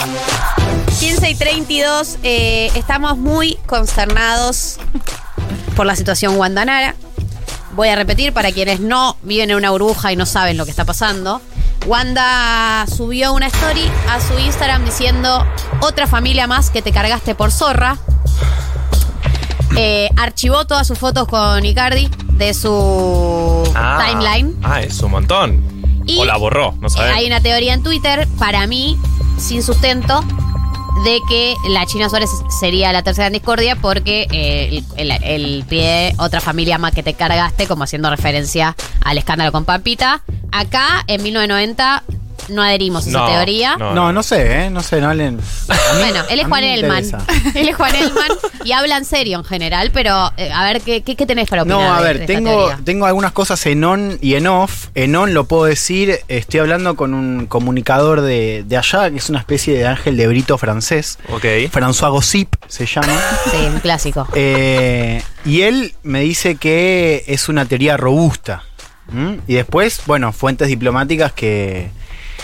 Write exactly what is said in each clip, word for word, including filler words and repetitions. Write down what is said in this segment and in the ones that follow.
quince y treinta y dos, eh, estamos muy consternados por la situación Wanda Nara. Voy a repetir para quienes no viven en una burbuja y no saben lo que está pasando. Wanda subió una story a su Instagram diciendo: otra familia más que te cargaste por zorra. Eh, archivó todas sus fotos con Icardi de su ah, timeline. Ah, es un montón. Y o la borró, no sabemos. Hay una teoría en Twitter, para mí, sin sustento, de que la China Suárez sería la tercera en discordia porque eh, el, el, el pie otra familia más que te cargaste, como haciendo referencia al escándalo con Pampita. Acá, en mil novecientos noventa, no adherimos a esa No, teoría. no. No, no sé, ¿eh? No sé, no hablen. Bueno, él es a mí Juan me Elman. interesa. Él es Juan Elman y habla en serio en general, pero eh, a ver, ¿qué, qué, qué tenés para opinar? No, a de- ver, de esta tengo, teoría? tengo algunas cosas en on y en off. En on lo puedo decir, estoy hablando con un comunicador de, de allá, que es una especie de ángel de brito francés. Ok. François Gossip se llama. Sí, un clásico. Eh, y él me dice que es una teoría robusta. ¿Mm? Y después, bueno, fuentes diplomáticas que,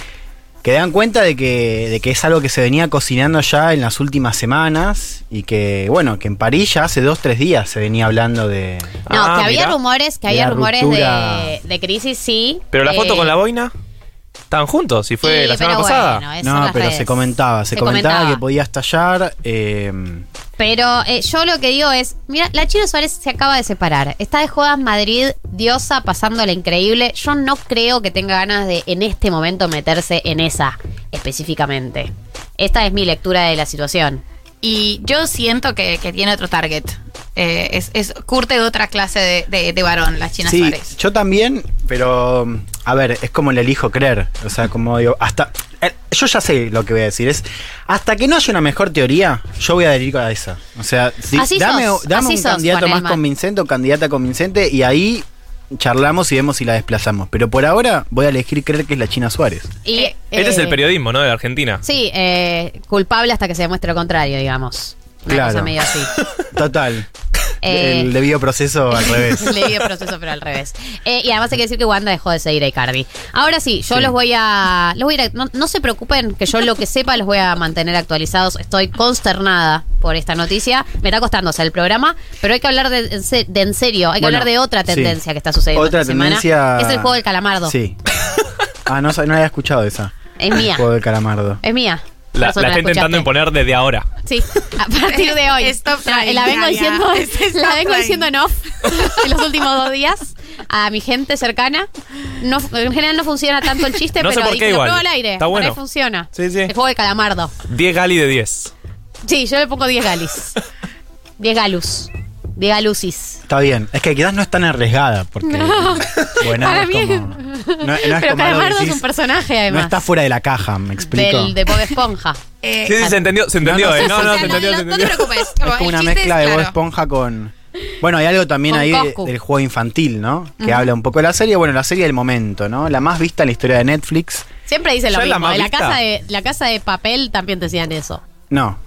que dan cuenta de que, de que es algo que se venía cocinando ya en las últimas semanas y que, bueno, que en París ya hace dos, tres días se venía hablando de... No, Ah, que había mirá. rumores, que De había la rumores ruptura. de, de crisis, sí. Pero la foto Eh, con la boina, estaban juntos, y fue sí, la semana pero pasada. bueno, eso en No, las pero redes. se comentaba, se, Se comentaba, comentaba. que podía estallar. eh, Pero eh, yo lo que digo es, mira, la China Suárez se acaba de separar. Está de joda en Madrid, diosa, pasándola increíble. Yo no creo que tenga ganas de en este momento meterse en esa específicamente. Esta es mi lectura de la situación. Y yo siento que, que tiene otro target. Eh, es, es curte de otra clase de, de, de varón, la China sí, Suárez. yo también, pero a ver, es como le elijo creer. O sea, como digo, hasta... eh, yo ya sé lo que voy a decir. Es, hasta que no haya una mejor teoría, yo voy a adherir a esa. O sea, si- Así dame, sos, dame así un sos, candidato Juan más Elman. convincente o candidata convincente y ahí charlamos y vemos si la desplazamos. Pero por ahora voy a elegir creer que es la China Suárez. Y, Eh, Este es eh, el periodismo, ¿no? De Argentina. Sí, eh, culpable hasta que se demuestre lo contrario, digamos. Una Claro. cosa medio así. Total. Eh, El debido proceso al revés. Le dio proceso, pero al revés. Eh, y además hay que decir que Wanda dejó de seguir a Icardi. Ahora sí, yo Sí. los voy a. Los voy a ir a- no, no se preocupen, que yo lo que sepa los voy a mantener actualizados. Estoy consternada por esta noticia. Me está costando hacer el programa, pero hay que hablar de, en se- de en serio. Hay que Bueno, hablar de otra sí. tendencia que está sucediendo Otra esta semana. tendencia- Es el juego del calamardo. Sí. Ah, no, sab- no había escuchado esa. Es mía. El juego del calamardo. Es mía. La, Por eso la no está intentando escuchaste. imponer desde ahora. Sí, a partir de hoy. Stop la, trying, la vengo Gaia. diciendo, Stop la vengo trying. diciendo en off en los últimos dos días a mi gente cercana. No, en general no funciona tanto el chiste, No sé pero por dije, qué lo igual. pruebo al aire. Está Por ahí bueno. funciona. Sí, sí. El juego de calamardo. diez gali de diez. Sí, yo le pongo diez galis. diez galus. diez galusis. Está bien. Es que quizás no es tan arriesgada porque. Bueno, Para es mí- como. No, no es Pero como algo que Calamardo es decís, un personaje, no además. está fuera de la caja, ¿me explico? del, de Bob Esponja. Eh, Sí, sí, se entendió, se entendió, no, eh. sí, No, sí, no, sí, se no, entendió, se no, no te entendió. preocupes. Es como una mezcla de Bob Esponja con. Bueno, hay algo también Con ahí de- Coscu. del juego infantil, ¿no? Que habla un poco de la serie. Bueno, la serie del momento, ¿no? La más vista en la historia de Netflix. Siempre dicen lo ¿Ya es la mismo. más De la vista? casa de, la casa de papel también decían eso. No.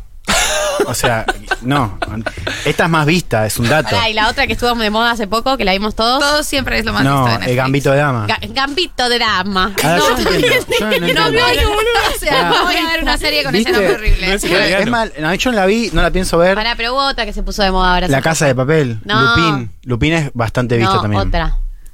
O sea, no. Esta es más vista, es un dato. Pará, y la otra que estuvo de moda hace poco, que la vimos todos. Todo siempre es lo más No, visto de el Netflix. Gambito de Dama. Ga- Gambito de dama. Ah, yo No, no entiendo. Yo no no, entiendo. no, O sea, no voy a ver una serie con ese ¿Viste? nombre horrible. No es Es italiano. mal, no, yo no la vi, no la pienso ver. Pará, pero hubo otra que se puso de moda ahora. La hace Casa de poco. Papel. No. Lupin. Lupin es bastante vista No, también. otra.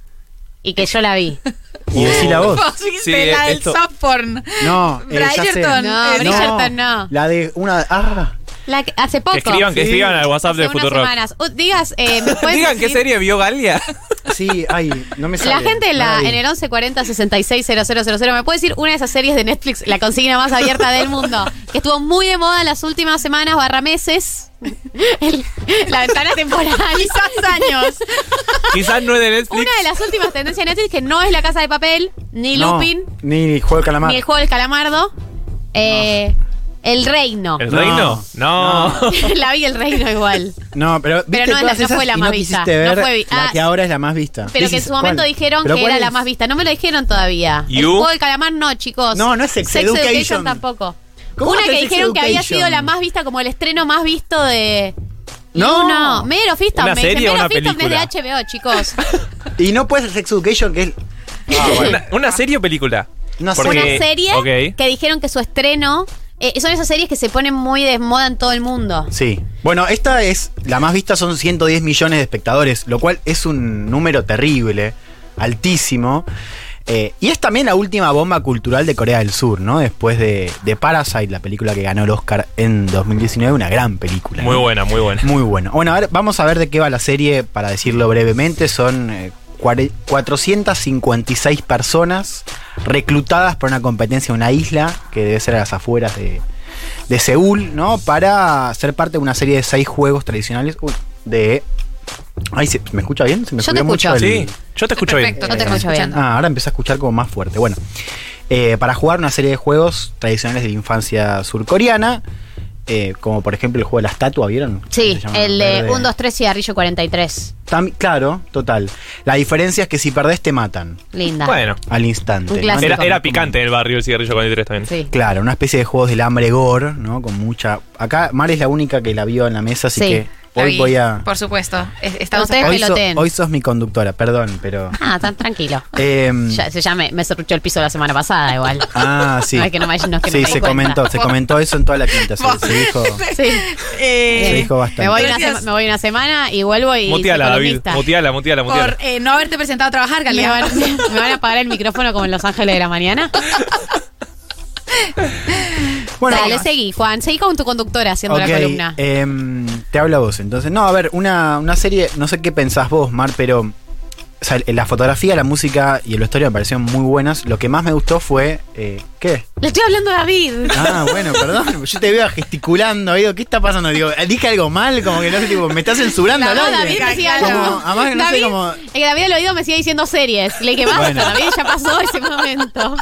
Y que yo la vi. Y decí la voz. Vos viste Sí, la del esto- soft porn. No, eh, ya sé. Bridgerton. No, Eh, Bridgerton no. La de una. Ah, La que- hace poco. Que escriban, que Sí. escriban al WhatsApp Hace de unas Futurock. semanas. Uh, digas, eh, ¿me puedes Digan qué decir? serie vio Galia. sí, ay, no me sale. La gente en, no la, vi. en el once cuarenta sesenta y seis cero cero cero cero me puede decir una de esas series de Netflix, la consigna más abierta del mundo, que estuvo muy de moda en las últimas semanas barra meses. El- la ventana temporal. Quizás años. Quizás no es de Netflix. Una de las últimas tendencias de Netflix que no es La Casa de Papel, ni No, Lupin, Ni Juego de Calamar. ni El Juego del Calamardo. Eh, El Reino. ¿El No. reino? No. La vi El Reino igual. No, pero viste Pero no es la- todas no esas fue la y más no vista. quisiste No ver fue vi- la ah, que ahora es la más vista. Pero que en Dices, su momento ¿cuál? dijeron ¿Pero que cuál era la es? más vista. No me lo dijeron todavía. El ¿You? Juego del Calamar no, chicos. No, no es Sex Education. tampoco. ¿Cómo Una no es que Sex dijeron que había Education? sido la más vista, como el estreno más visto de... No. no. Mero Fiston. ¿Una me serie dice, o Mero una Fiston desde película? H B O, chicos. Y no puede ser Sex Education, que es. Una, una serie o película. No sé. Porque- Una serie ok. que dijeron que su estreno Eh, son esas series que se ponen muy de moda en todo el mundo. Sí. Bueno, esta es, la más vista son ciento diez millones de espectadores, lo cual es un número terrible, altísimo. Eh, y es también la última bomba cultural de Corea del Sur, ¿no? Después de, de Parasite, la película que ganó el Oscar en dos mil diecinueve, una gran película. Muy ¿no? buena, muy buena. Muy buena. Bueno, a ver, vamos a ver de qué va la serie, para decirlo brevemente. Son eh, cuatrocientas cincuenta y seis personas reclutadas para una competencia en una isla que debe ser a las afueras de, de Seúl, ¿no? Para ser parte de una serie de seis juegos tradicionales uy, de... Ay, ¿se- ¿me escucha bien? ¿Se me Yo te escucha mucho escucho. el- Sí, yo te escucho bien. Perfecto, No te estamos escucho bien. escuchando. Ah, ahora empecé a escuchar como más fuerte. Bueno, eh, para jugar una serie de juegos tradicionales de la infancia surcoreana, eh, como por ejemplo el juego de la estatua, ¿vieron? Sí, Se llama el de Verde. uno, dos, tres, cigarrillo cuarenta y tres. Tam- claro, total. La diferencia es que si perdés te matan Linda. Bueno, al instante. Un ¿no? clásico. era, era Como- picante en el barrio el cigarrillo cuarenta y tres también. Sí. Claro, una especie de juegos del hambre gore, ¿no? Con mucha... Acá Mar es la única que la vio en la mesa, así Sí. que La hoy vi, voy a... Por supuesto. Es- Estamos Ustedes acá. Hoy, so- peloteen. hoy sos mi conductora, perdón, pero... Ah, tan tranquilo. em, Ya, se llame, me cerruchó el piso la semana pasada igual. ah, sí. No es que no me- no es que no sí, me di se cuenta. comentó, se comentó eso en toda la quinta. Se, se dijo, Sí. Eh, se dijo bastante. Me voy, una Gracias. sema- me voy una semana y vuelvo y Muteala, soy David. columnista. Muteala, muteala, muteala. por eh, no haberte presentado a trabajar, Me Galia. van, me van a apagar el micrófono como en Los Ángeles de la Mañana. Bueno, Dale, seguí, Juan. Seguí con tu conductora haciendo ok, la columna. em, te hablo a vos entonces. No, a ver, una, una serie, no sé qué pensás vos, Mar, pero o sea, la fotografía, la música y el vestuario me parecieron muy buenas. Lo que más me gustó fue... eh, ¿Qué? Le estoy hablando a David. Ah, bueno, perdón. Yo te veo gesticulando. Digo, ¿qué está pasando? Digo, ¿dije algo mal? Como que no sé, tipo, me estás censurando al No, aire. David me sigue Como, hablando. además, no sé David, cómo... Es que David al oído me sigue diciendo series. Le dije, basta, Bueno. David, ya pasó ese momento.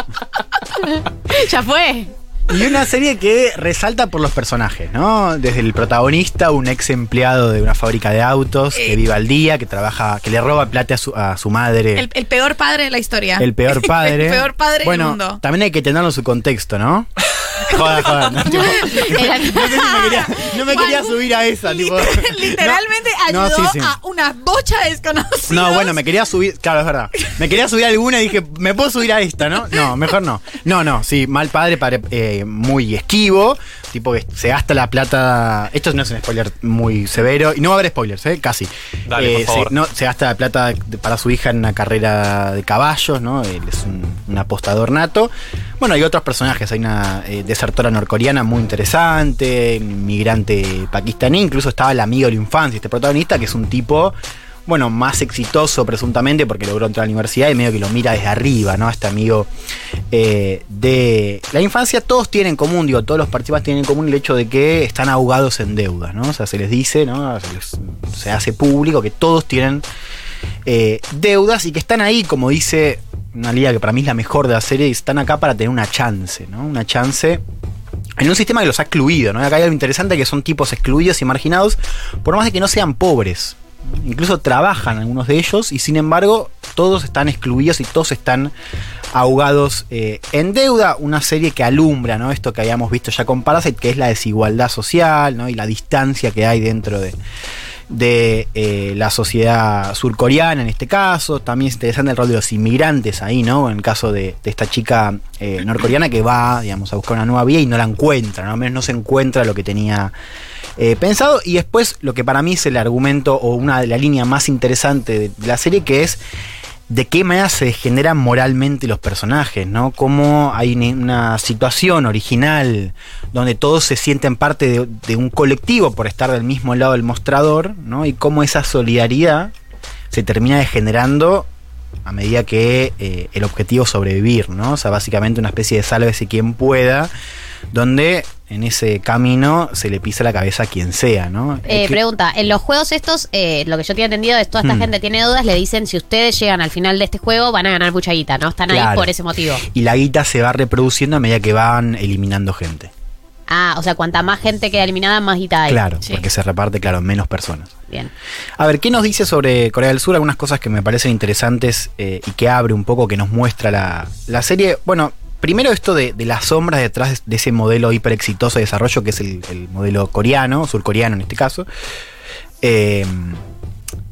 Ya fue. Y una serie que resalta por los personajes, ¿no? Desde el protagonista, un ex empleado de una fábrica de autos, que vive al día, que trabaja, que le roba plata a su, a su madre. El, el peor padre de la historia. El peor padre. El peor padre bueno, del mundo. también hay que tenerlo en su contexto, ¿no? Joder, joder. No, tipo, Era- no sé si me quería, no me quería subir a esa, tipo. Literalmente No, ayudó no, sí, sí. a una bocha de desconocidos. No, bueno, me quería subir, claro, es verdad. Me quería subir a alguna y dije, ¿me puedo subir a esta, no? No, mejor no. No, no, sí, mal padre, padre eh, muy esquivo, tipo que se gasta la plata. Esto no es un spoiler muy severo, y no va a haber spoilers, ¿eh? Casi. Dale, por Eh, favor. Se, no, se gasta la plata de- para su hija en una carrera de caballos, ¿no? Él es un, un apostador nato. Bueno, hay otros personajes, hay una eh, desertora norcoreana muy interesante, inmigrante pakistaní, incluso estaba el amigo de la infancia, este protagonista, que es un tipo, bueno, más exitoso presuntamente porque logró entrar a la universidad y medio que lo mira desde arriba, ¿no? Este amigo eh, de la infancia. Todos tienen en común, digo, todos los participantes tienen en común el hecho de que están ahogados en deudas, ¿no? O sea, se les dice, ¿no? Se, les- se hace público que todos tienen eh, deudas y que están ahí, como dice una liga que para mí es la mejor de la serie, y están acá para tener una chance, ¿no? Una chance en un sistema que los ha excluido, ¿no? Acá hay algo interesante, que son tipos excluidos y marginados, por más de que no sean pobres. Incluso trabajan algunos de ellos y sin embargo todos están excluidos y todos están ahogados eh, en deuda. Una serie que alumbra, ¿no? Esto que habíamos visto ya con Parasite, que es la desigualdad social, ¿no? Y la distancia que hay dentro de, de eh, la sociedad surcoreana en este caso. También es interesante el rol de los inmigrantes ahí, ¿no? En el caso de, de esta chica eh, norcoreana que va, digamos, a buscar una nueva vida y no la encuentra, ¿no? Al menos no se encuentra lo que tenía eh, pensado. Y después lo que para mí es el argumento o una de la línea más interesante de, de la serie, que es de qué manera se generan moralmente los personajes, ¿no? Cómo hay una situación original donde todos se sienten parte de, de un colectivo por estar del mismo lado del mostrador, ¿no? Y cómo esa solidaridad se termina degenerando a medida que eh, el objetivo es sobrevivir, ¿no? O sea, básicamente una especie de sálvese quien pueda, donde en ese camino se le pisa la cabeza a quien sea, ¿no? Eh, Eh, que- pregunta, en los juegos estos, eh, lo que yo tenía entendido es toda esta Hmm. gente tiene dudas, le dicen si ustedes llegan al final de este juego van a ganar mucha guita, ¿no? Están ahí Claro. por ese motivo. Y la guita se va reproduciendo a medida que van eliminando gente. Ah, o sea, cuanta más gente queda eliminada, más guita hay. Claro, Sí. porque se reparte, claro, menos personas. Bien. A ver, ¿qué nos dice sobre Corea del Sur? Algunas cosas que me parecen interesantes eh, y que abre un poco, que nos muestra la, la serie. Bueno, primero esto de, de las sombras detrás de ese modelo hiper exitoso de desarrollo que es el, el modelo coreano, surcoreano en este caso. Eh,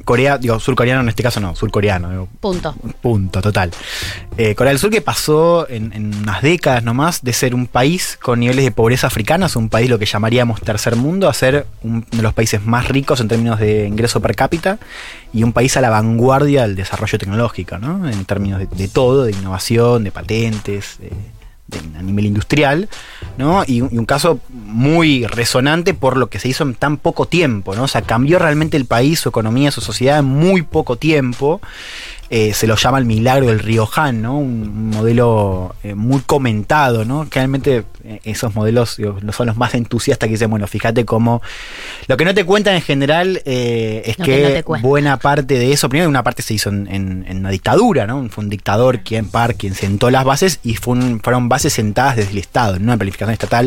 Corea, digo, surcoreano en este caso no, surcoreano. Digo, Punto. Punto, total. Eh, Corea del Sur que pasó en, en unas décadas nomás de ser un país con niveles de pobreza africanos, un país lo que llamaríamos tercer mundo, a ser uno de los países más ricos en términos de ingreso per cápita y un país a la vanguardia del desarrollo tecnológico, ¿no? En términos de, de todo, de innovación, de patentes, de, de, a nivel industrial, ¿no? Y, y un caso muy resonante por lo que se hizo en tan poco tiempo, ¿no? O sea, cambió realmente el país, su economía, su sociedad en muy poco tiempo. Eh, se lo llama el milagro del río Han, ¿no? Un, un modelo eh, muy comentado, ¿no? Realmente eh, esos modelos digo, no son los más entusiastas que dicen, bueno, fíjate cómo... Lo que no te cuentan en general eh, es Lo que, que no buena parte de eso, primero una parte se hizo en, en, en una dictadura, ¿no? Fue un dictador quien, par, quien sentó las bases y fue un, fueron bases sentadas desde el Estado, en una planificación estatal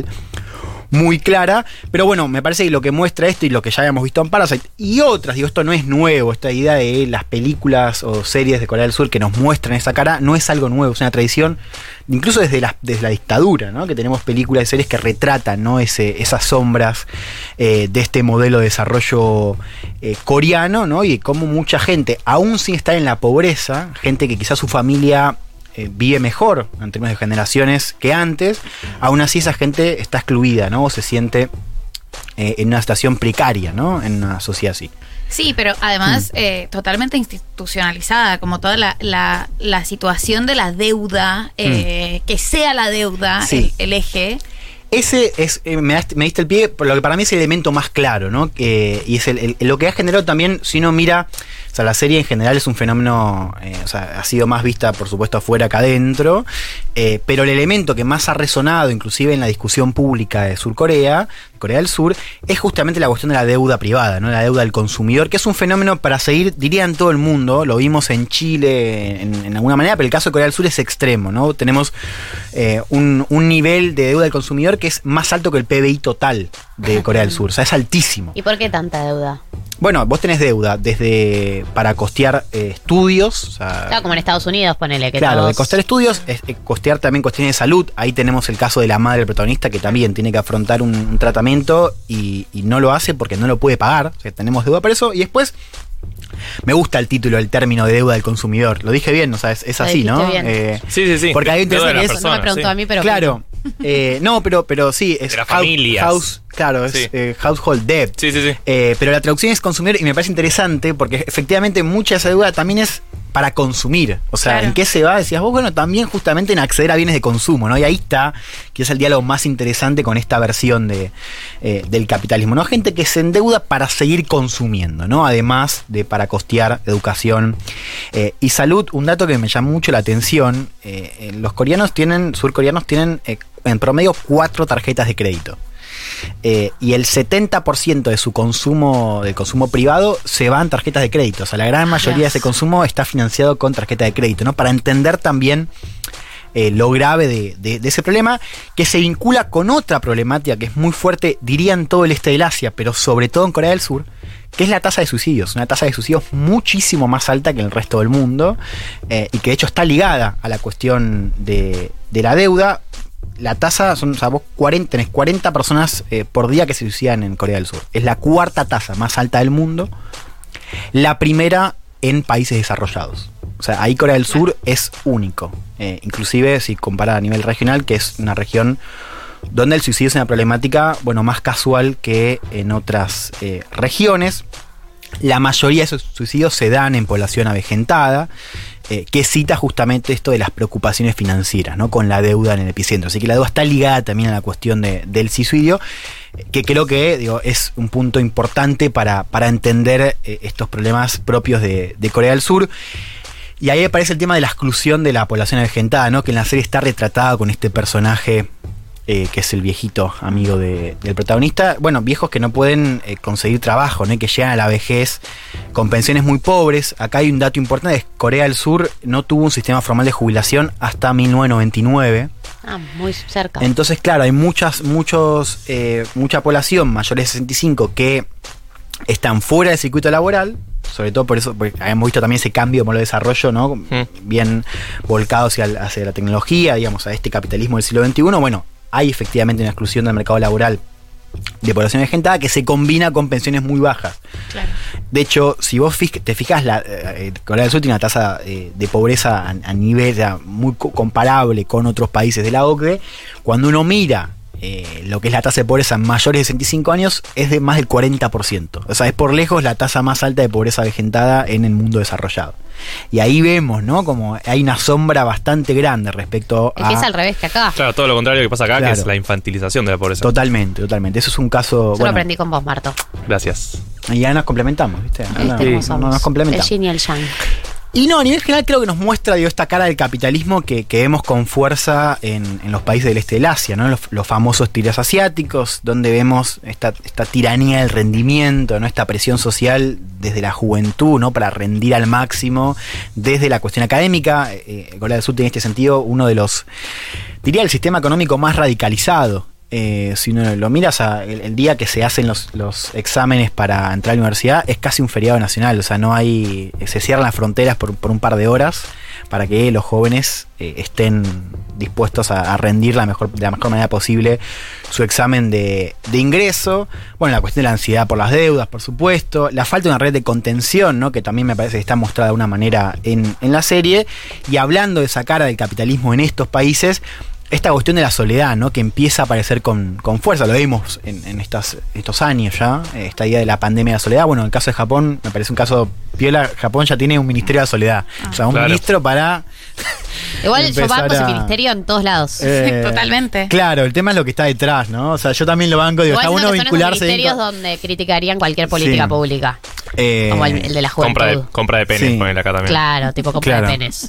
muy clara, pero bueno, me parece que lo que muestra esto y lo que ya habíamos visto en Parasite y otras, digo, esto no es nuevo, esta idea de las películas o series de Corea del Sur que nos muestran esa cara, no es algo nuevo, es una tradición, incluso desde la, desde la dictadura, ¿no? Que tenemos películas y series que retratan, ¿no? Ese, esas sombras eh, de este modelo de desarrollo eh, coreano, ¿no? Y cómo mucha gente, aún sin estar en la pobreza, gente que quizás su familia Eh, vive mejor en términos de generaciones que antes, aún así esa gente está excluida, ¿no? O se siente eh, en una situación precaria, ¿no? En una sociedad así. Sí, pero además mm. eh, totalmente institucionalizada, como toda la, la, la situación de la deuda, eh, mm. que sea la deuda sí. el, el eje. Ese es, eh, me, me diste el pie, por lo que para mí es el elemento más claro, ¿no? Eh, y es el, el, lo que ha generado también, si uno mira, o sea, la serie en general es un fenómeno, eh, o sea, ha sido más vista, por supuesto, afuera que adentro, eh, pero el elemento que más ha resonado, inclusive en la discusión pública de Surcorea, Corea del Sur, es justamente la cuestión de la deuda privada, ¿no? La deuda del consumidor, que es un fenómeno para seguir, diría, en todo el mundo. Lo vimos en Chile en, en alguna manera, pero el caso de Corea del Sur es extremo, ¿no? Tenemos eh, un, un nivel de deuda del consumidor que es más alto que el P B I total de Corea del Sur, o sea, es altísimo. ¿Y por qué tanta deuda? Bueno, vos tenés deuda desde para costear eh, estudios. O sea, claro, como en Estados Unidos, ponele. Que claro, todos... de costear estudios, es, eh, costear también cuestiones de salud. Ahí tenemos el caso de la madre del protagonista que también tiene que afrontar un, un tratamiento y, y no lo hace porque no lo puede pagar. O sea, tenemos deuda por eso. Y después, me gusta el título, el término de deuda del consumidor. Lo dije bien, o sea, es, es así, ¿no? Eh, sí, sí, sí. Porque hay un deuda de la eso, persona, no me preguntó sí. a mí, pero... Claro. Eh, no, pero, pero sí, es de las house, familias. house, claro, es sí. eh, household debt. Sí, sí, sí. Eh, pero la traducción es consumidor y me parece interesante porque efectivamente mucha de esa deuda también es para consumir. O sea, claro. ¿en qué se va? Decías vos, bueno, también justamente en acceder a bienes de consumo, ¿no? Y ahí está, que es el diálogo más interesante con esta versión de, eh, del capitalismo, ¿no? Gente que se endeuda para seguir consumiendo, ¿no? Además de para costear educación eh, y salud. Un dato que me llamó mucho la atención, eh, eh, los coreanos tienen, surcoreanos tienen eh, en promedio cuatro tarjetas de crédito. Eh, y el setenta por ciento de su consumo, del consumo privado, se va en tarjetas de crédito. O sea, la gran mayoría de ese consumo está financiado con tarjeta de crédito, ¿no? Para entender también eh, lo grave de, de, de ese problema, que se vincula con otra problemática que es muy fuerte, diría, en todo el este del Asia, pero sobre todo en Corea del Sur, que es la tasa de suicidios. Una tasa de suicidios muchísimo más alta que en el resto del mundo, eh, y que de hecho está ligada a la cuestión de, de la deuda. La tasa son, o sea, vos cuarenta, tenés cuarenta personas eh, por día que se suicidan en Corea del Sur. Es la cuarta tasa más alta del mundo. La primera en países desarrollados. O sea, ahí Corea del Sur es único. Eh, inclusive si compara a nivel regional, que es una región donde el suicidio es una problemática, bueno, más casual que en otras eh, regiones. La mayoría de esos suicidios se dan en población avejentada, eh, que cita justamente esto de las preocupaciones financieras, ¿no? Con la deuda en el epicentro. Así que la deuda está ligada también a la cuestión de, del suicidio, que creo que digo, es un punto importante para, para entender eh, estos problemas propios de, de Corea del Sur. Y ahí aparece el tema de la exclusión de la población avejentada, ¿no? Que en la serie está retratada con este personaje Eh, que es el viejito amigo de, del protagonista. Bueno, viejos que no pueden eh, conseguir trabajo, ¿no? Que llegan a la vejez con pensiones muy pobres. Acá hay un dato importante, Corea del Sur no tuvo un sistema formal de jubilación hasta mil novecientos noventa y nueve. Ah, muy cerca. Entonces, claro, hay muchas, muchos, eh, mucha población mayores de sesenta y cinco que están fuera del circuito laboral, sobre todo por eso, porque hemos visto también ese cambio de modelo de desarrollo, ¿no? Mm. Bien volcado hacia, hacia la tecnología, digamos, a este capitalismo del siglo veintiuno. Bueno, hay efectivamente una exclusión del mercado laboral de población avejentada que se combina con pensiones muy bajas. Claro. De hecho, si vos fij- te fijas, la, eh, Corea del Sur tiene una tasa eh, de pobreza a, a nivel ya, muy co- comparable con otros países de la O C D E. Cuando uno mira eh, lo que es la tasa de pobreza en mayores de sesenta y cinco años, es de más del cuarenta por ciento. O sea, es por lejos la tasa más alta de pobreza avejentada en el mundo desarrollado. Y ahí vemos, ¿no? Como hay una sombra bastante grande respecto Es que es a... al revés que acá. Claro, todo lo contrario que pasa acá, Claro. que es la infantilización de la pobreza. Totalmente, totalmente. Eso es un caso... Yo lo aprendí con vos, Marto. Gracias. Y ya nos complementamos, ¿viste? Viste Ahora cómo no- somos. no nos complementamos. El yin y el yang. Y no, a nivel general creo que nos muestra, digo, esta cara del capitalismo que, que vemos con fuerza en, en los países del este del Asia, ¿no? Los, los famosos tigres asiáticos, donde vemos esta, esta tiranía del rendimiento, ¿no? Esta presión social desde la juventud, ¿no? Para rendir al máximo, desde la cuestión académica. Eh, Corea del Sur tiene en este sentido uno de los, diría, el sistema económico más radicalizado. Eh, si uno lo miras, a, el, el día que se hacen los, los exámenes para entrar a la universidad es casi un feriado nacional, o sea, no hay, se cierran las fronteras por, por un par de horas para que los jóvenes eh, estén dispuestos a, a rendir la mejor, de la mejor manera posible su examen de, de ingreso. Bueno, la cuestión de la ansiedad por las deudas, por supuesto, la falta de una red de contención, ¿no? Que también me parece que está mostrada de una manera en, en la serie. Y hablando de esa cara del capitalismo en estos países, esta cuestión de la soledad, ¿no? Que empieza a aparecer con, con fuerza, lo vimos en, en estas, estos años ya, esta idea de la pandemia de la soledad. Bueno, en el caso de Japón, me parece un caso piola. Japón ya tiene un ministerio de la soledad, Ah, o sea, un claro. ministro para... Igual yo empezar banco ese a- ministerio en todos lados. Eh, Totalmente. Claro, el tema es lo que está detrás, ¿no? O sea, yo también lo banco, digo, Igual está siento bueno que son esos vincularse... ministerios donde criticarían cualquier política Sí. pública. Eh, Como el, el de la juventud. Compra de, compra de penes, Sí. ponele acá también. Claro, tipo compra Claro. de penes.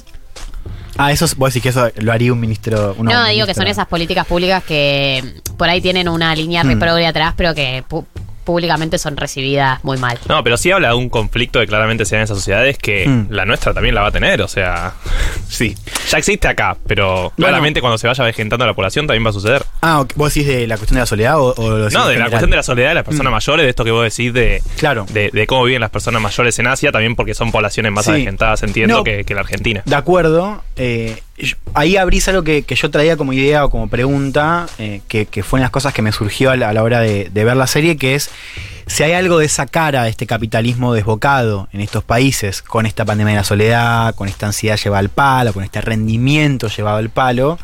Ah, eso, es- vos decís que eso lo haría un ministro... una No, digo ministra. que son esas políticas públicas que por ahí tienen una línea Mm. reprogre atrás, pero que pu- públicamente son recibidas muy mal. No, pero sí habla de un conflicto que claramente se da en esas sociedades que Mm. la nuestra también la va a tener, o sea, sí, ya existe acá, pero claramente cuando se vaya avejentando la población también va a suceder. Ah, ok, ¿vos decís de la cuestión de la soledad o, o lo decís No, en de la general? cuestión de la soledad de las personas Mm. mayores, de esto que vos decís de, Claro. de, de cómo viven las personas mayores en Asia, también porque son poblaciones más Sí. avejentadas, entiendo, No. que, que la Argentina. De acuerdo. eh, yo- ahí abrís algo que, que yo traía como idea o como pregunta, eh, que, que fue una de las cosas que me surgió a la, a la hora de, de ver la serie, que es si hay algo de esa cara de este capitalismo desbocado en estos países, con esta pandemia de la soledad, con esta ansiedad llevada al palo, con este rendimiento llevado al palo,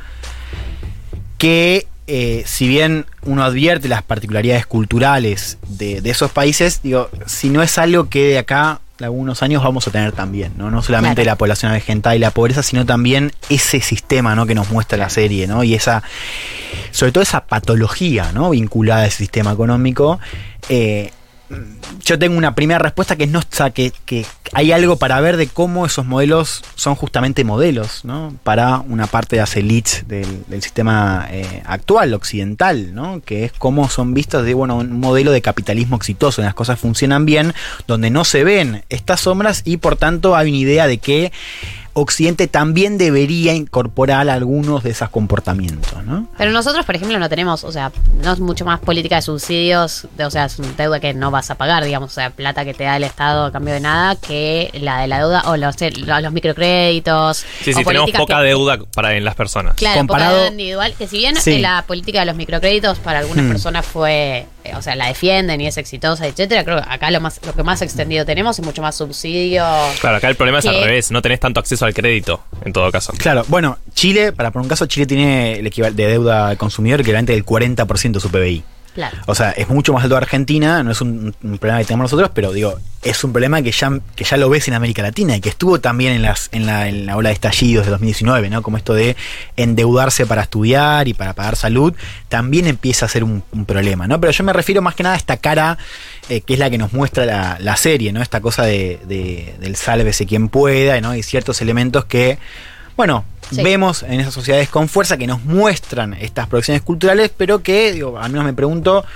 que eh, si bien uno advierte las particularidades culturales de, de esos países, digo, si no es algo que de acá a algunos años vamos a tener también, ¿no? No solamente Claro. la población avejentada y la pobreza, sino también ese sistema, ¿no? Que nos muestra la serie, ¿no? Y esa, sobre todo esa patología, ¿no? Vinculada a ese sistema económico. Eh, yo tengo una primera respuesta que es no, o sea, que, que hay algo para ver de cómo esos modelos son justamente modelos, ¿no? Para una parte de las elites del, del sistema eh, actual, occidental, ¿no? Que es cómo son vistos de, bueno, un modelo de capitalismo exitoso, en las cosas funcionan bien, donde no se ven estas sombras y por tanto hay una idea de que Occidente también debería incorporar algunos de esos comportamientos, ¿no? Pero nosotros, por ejemplo, no tenemos, o sea, no es mucho más política de subsidios, de- o sea, es una deuda que no vas a pagar, digamos, o sea, plata que te da el Estado a cambio de nada, que la de la deuda o los, los microcréditos. Sí, o sí, tenemos políticas poca que- deuda para en las personas. Claro, Comparado- poca deuda individual, que si bien Sí. eh, la política de los microcréditos para algunas Hmm. personas fue, eh, o sea, la defienden y es exitosa, etcétera, creo que acá lo más lo que más extendido tenemos es mucho más subsidio. Claro, acá el problema es que- al revés, no tenés tanto acceso al crédito, en todo caso. Claro, bueno, Chile, para poner un caso, Chile tiene el equivalente de deuda al consumidor equivalente del cuarenta por ciento de su P B I. Claro. O sea, es mucho más alto de Argentina, no es un, un problema que tenemos nosotros, pero digo, es un problema que ya, que ya lo ves en América Latina y que estuvo también en, las, en, la, en la ola de estallidos de dos mil diecinueve, ¿no? Como esto de endeudarse para estudiar y para pagar salud, también empieza a ser un, un problema, ¿no? Pero yo me refiero más que nada a esta cara eh, que es la que nos muestra la, la serie, ¿no? Esta cosa de, de- del sálvese quien pueda, ¿no? Y ciertos elementos que, bueno, Sí. vemos en esas sociedades con fuerza que nos muestran estas producciones culturales, pero que, digo, al menos me pregunto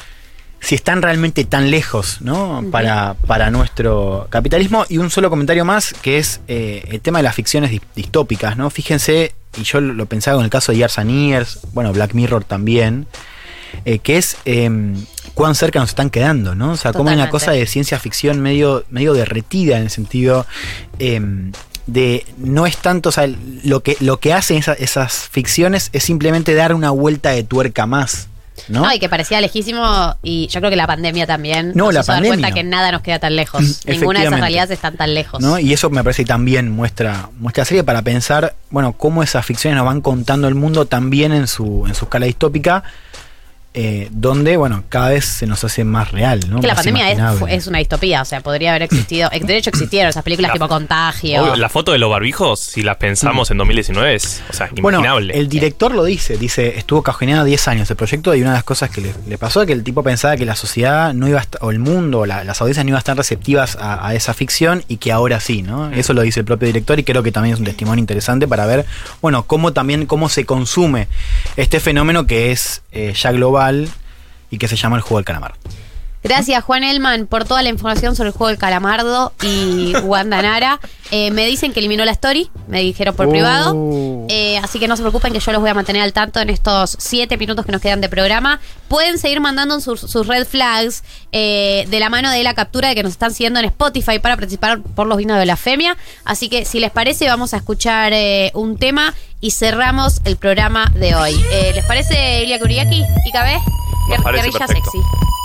si están realmente tan lejos, ¿no? Ujú. para, para nuestro capitalismo. Y un solo comentario más, que es eh, el tema de las ficciones dis- distópicas, ¿no? Fíjense, y yo lo lo pensaba con el caso de Years and Years, bueno, Black Mirror también, eh, que es eh, cuán cerca nos están quedando, ¿no? O sea, como hay una Totalmente. cosa de ciencia ficción medio, medio derretida en el sentido eh, de no es tanto, o sea, lo que, lo que hacen esa- esas ficciones es simplemente dar una vuelta de tuerca más ¿no? No, y que parecía lejísimo, y yo creo que la pandemia también No, nos la hizo dar pandemia. cuenta que nada nos queda tan lejos. Mm, Ninguna de esas efectivamente. realidades están tan lejos. ¿No? Y eso me parece que también muestra, muestra la serie para pensar, bueno, cómo esas ficciones nos van contando el mundo también en su, en su escala distópica, eh, donde, bueno, cada vez se nos hace más real, ¿no? Que la Más pandemia es, imaginable. fue- es una distopía, o sea, podría haber existido. De hecho, existieron esas películas La- tipo Contagio. Obvio, la foto de los barbijos, si las pensamos en dos mil diecinueve, es, o sea, Bueno, inimaginable. el director lo dice, dice, estuvo cajoneado diez años el proyecto y una de las cosas que le, le pasó es que el tipo pensaba que la sociedad no iba a estar, o el mundo, o la- las audiencias no iban a estar receptivas a, a esa ficción y que ahora sí, ¿no? Eso lo dice el propio director y creo que también es un testimonio interesante para ver, bueno, cómo también, cómo se consume este fenómeno que es eh, ya global y que se llama el juego del calamar. Gracias, Juan Elman, por toda la información sobre el juego del calamardo y Wanda Nara. Eh, me dicen que eliminó la story, me dijeron por Oh. privado. Eh, así que no se preocupen que yo los voy a mantener al tanto en estos siete minutos que nos quedan de programa. Pueden seguir mandando sus, sus red flags eh, de la mano de la captura de que nos están siguiendo en Spotify para participar por los vinos de la Femia. Así que si les parece vamos a escuchar eh, un tema y cerramos el programa de hoy. Eh, ¿Les parece Ilia Kuriaki y K B? Me parece Guerrilla perfecto. sexy.